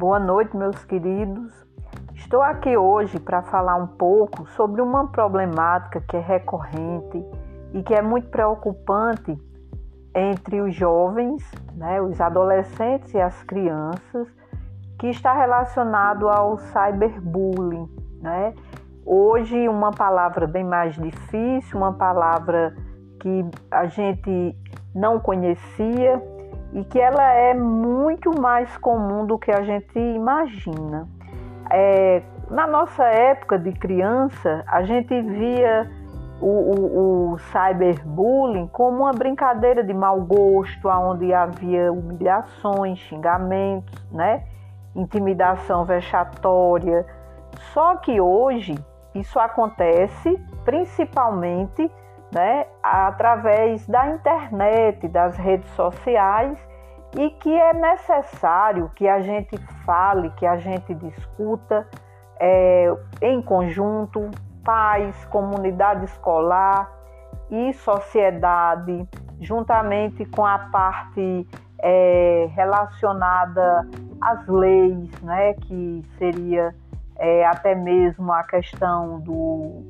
Boa noite, meus queridos. Estou aqui hoje para falar um pouco sobre uma problemática que é recorrente e que é muito preocupante entre os jovens, os adolescentes e as crianças, que está relacionado ao cyberbullying. Hoje, uma palavra bem mais difícil, uma palavra que a gente não conhecia e que ela é muito mais comum do que a gente imagina. Na nossa época de criança, a gente via o cyberbullying como uma brincadeira de mau gosto, onde havia humilhações, xingamentos, intimidação vexatória. Só que hoje isso acontece principalmente através da internet, das redes sociais, e que é necessário que a gente fale, que a gente discuta em conjunto, pais, comunidade escolar e sociedade, juntamente com a parte relacionada às leis, que seria até mesmo a questão do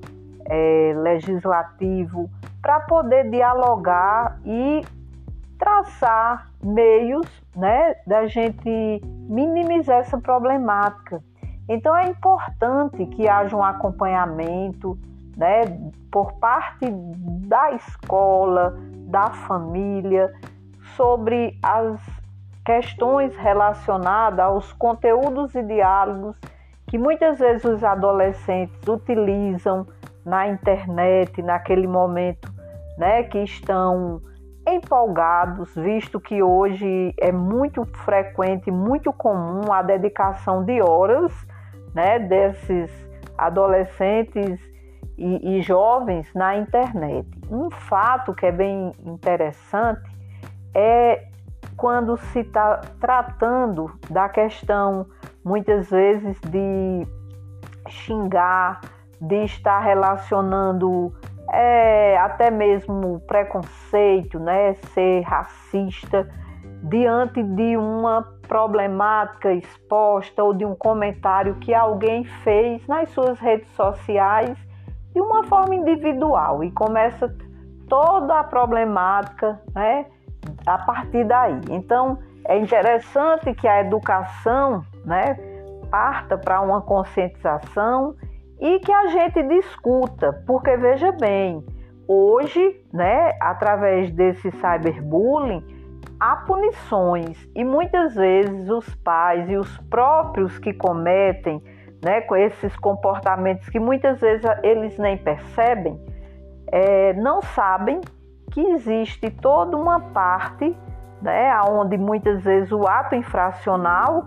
legislativo, para poder dialogar e traçar meios da gente minimizar essa problemática. Então é importante que haja um acompanhamento por parte da escola, da família, sobre as questões relacionadas aos conteúdos e diálogos que muitas vezes os adolescentes utilizam na internet, naquele momento que estão empolgados, visto que hoje é muito frequente, muito comum a dedicação de horas desses adolescentes e jovens na internet. Um fato que é bem interessante é quando se está tratando da questão, muitas vezes, de xingar, de estar relacionando até mesmo preconceito, ser racista, diante de uma problemática exposta ou de um comentário que alguém fez nas suas redes sociais de uma forma individual, e começa toda a problemática a partir daí. Então, é interessante que a educação parta para uma conscientização e que a gente discuta, porque veja bem, hoje, através desse cyberbullying, há punições, e muitas vezes os pais e os próprios que cometem com esses comportamentos que muitas vezes eles nem percebem, não sabem que existe toda uma parte onde muitas vezes o ato infracional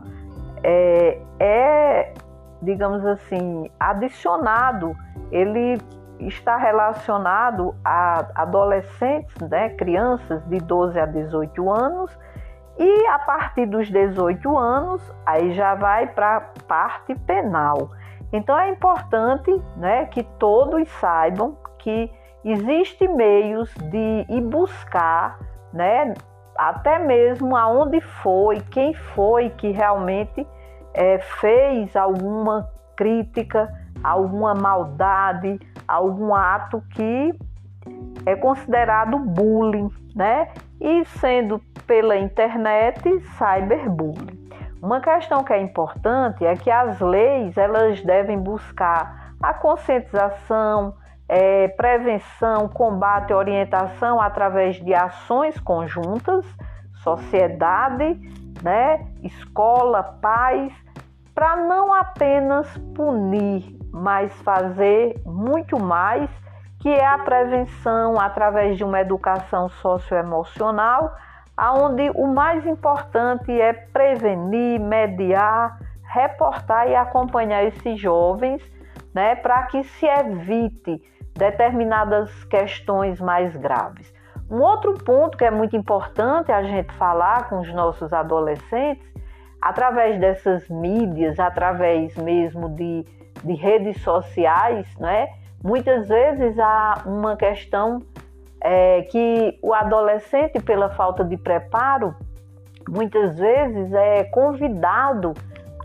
digamos assim, adicionado, ele está relacionado a adolescentes, crianças de 12 a 18 anos, e a partir dos 18 anos, aí já vai para a parte penal. Então é importante que todos saibam que existem meios de ir buscar, até mesmo aonde foi, quem foi que realmente fez alguma crítica, alguma maldade, algum ato que é considerado bullying, e sendo pela internet, cyberbullying. Uma questão que é importante é que as leis, elas devem buscar a conscientização, prevenção, combate e orientação através de ações conjuntas, sociedade, escola, pais, para não apenas punir, mas fazer muito mais, que é a prevenção através de uma educação socioemocional, onde o mais importante é prevenir, mediar, reportar e acompanhar esses jovens, para que se evite determinadas questões mais graves. Um outro ponto que é muito importante a gente falar com os nossos adolescentes, através dessas mídias, através mesmo de redes sociais, muitas vezes há uma questão que o adolescente, pela falta de preparo, muitas vezes é convidado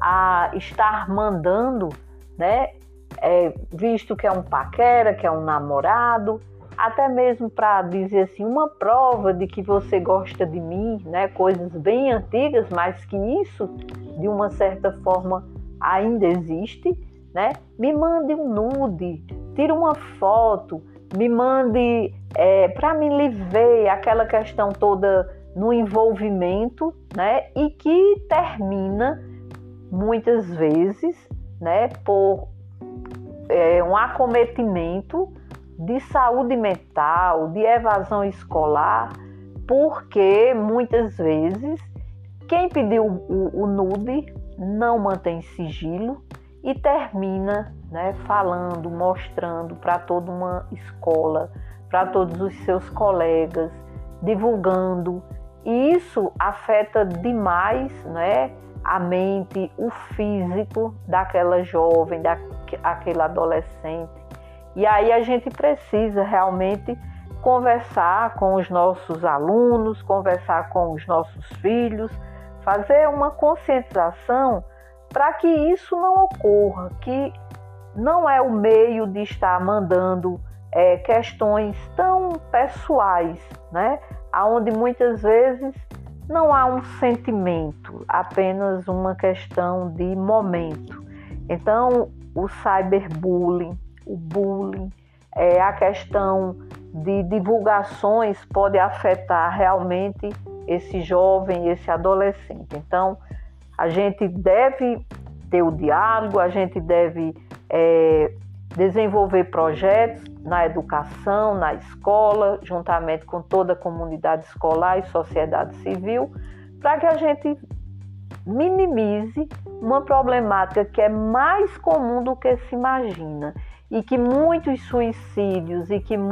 a estar mandando, né? Visto que é um paquera, que é um namorado, até mesmo para dizer assim, uma prova de que você gosta de mim, né? Coisas bem antigas, mas que isso, de uma certa forma, ainda existe, né? Me mande um nude, tire uma foto, me mande para me lhe ver, aquela questão toda no envolvimento, né? E que termina muitas vezes, né, por um acometimento de saúde mental, de evasão escolar, porque muitas vezes quem pediu o nude não mantém sigilo e termina, né, falando, mostrando para toda uma escola, para todos os seus colegas, divulgando. E isso afeta demais, né, a mente, o físico daquela jovem, daquele adolescente. E aí a gente precisa realmente conversar com os nossos alunos, conversar com os nossos filhos, fazer uma conscientização para que isso não ocorra, que não é o meio de estar mandando questões tão pessoais, né? Onde muitas vezes não há um sentimento, apenas uma questão de momento. Então, o cyberbullying, o bullying, a questão de divulgações pode afetar realmente esse jovem, esse adolescente. Então, a gente deve ter o diálogo, a gente deve desenvolver projetos na educação, na escola, juntamente com toda a comunidade escolar e sociedade civil, para que a gente minimize uma problemática que é mais comum do que se imagina e que muitos suicídios e que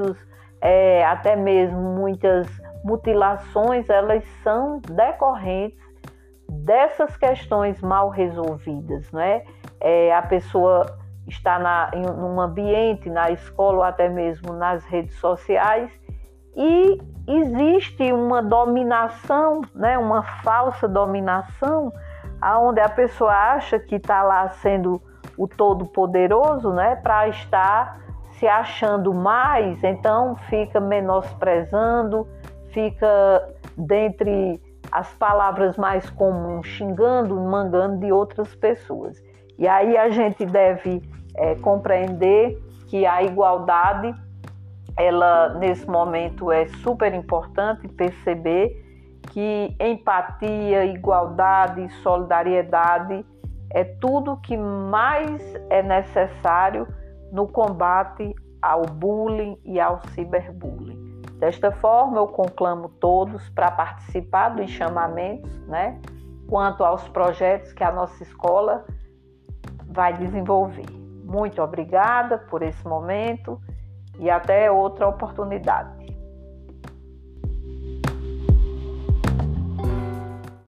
até mesmo muitas mutilações, elas são decorrentes dessas questões mal resolvidas, não é? A pessoa está em um ambiente, na escola ou até mesmo nas redes sociais e existe uma dominação, né? Uma falsa dominação, onde a pessoa acha que está lá sendo o todo-poderoso, né? Para estar se achando mais, então fica menosprezando, fica dentre as palavras mais comuns, xingando, mangando de outras pessoas. E aí a gente deve compreender que a igualdade, ela nesse momento é super importante perceber que empatia, igualdade, solidariedade é tudo que mais é necessário no combate ao bullying e ao ciberbullying. Desta forma, eu conclamo todos para participar dos chamamentos, né, quanto aos projetos que a nossa escola vai desenvolver. Muito obrigada por esse momento e até outra oportunidade.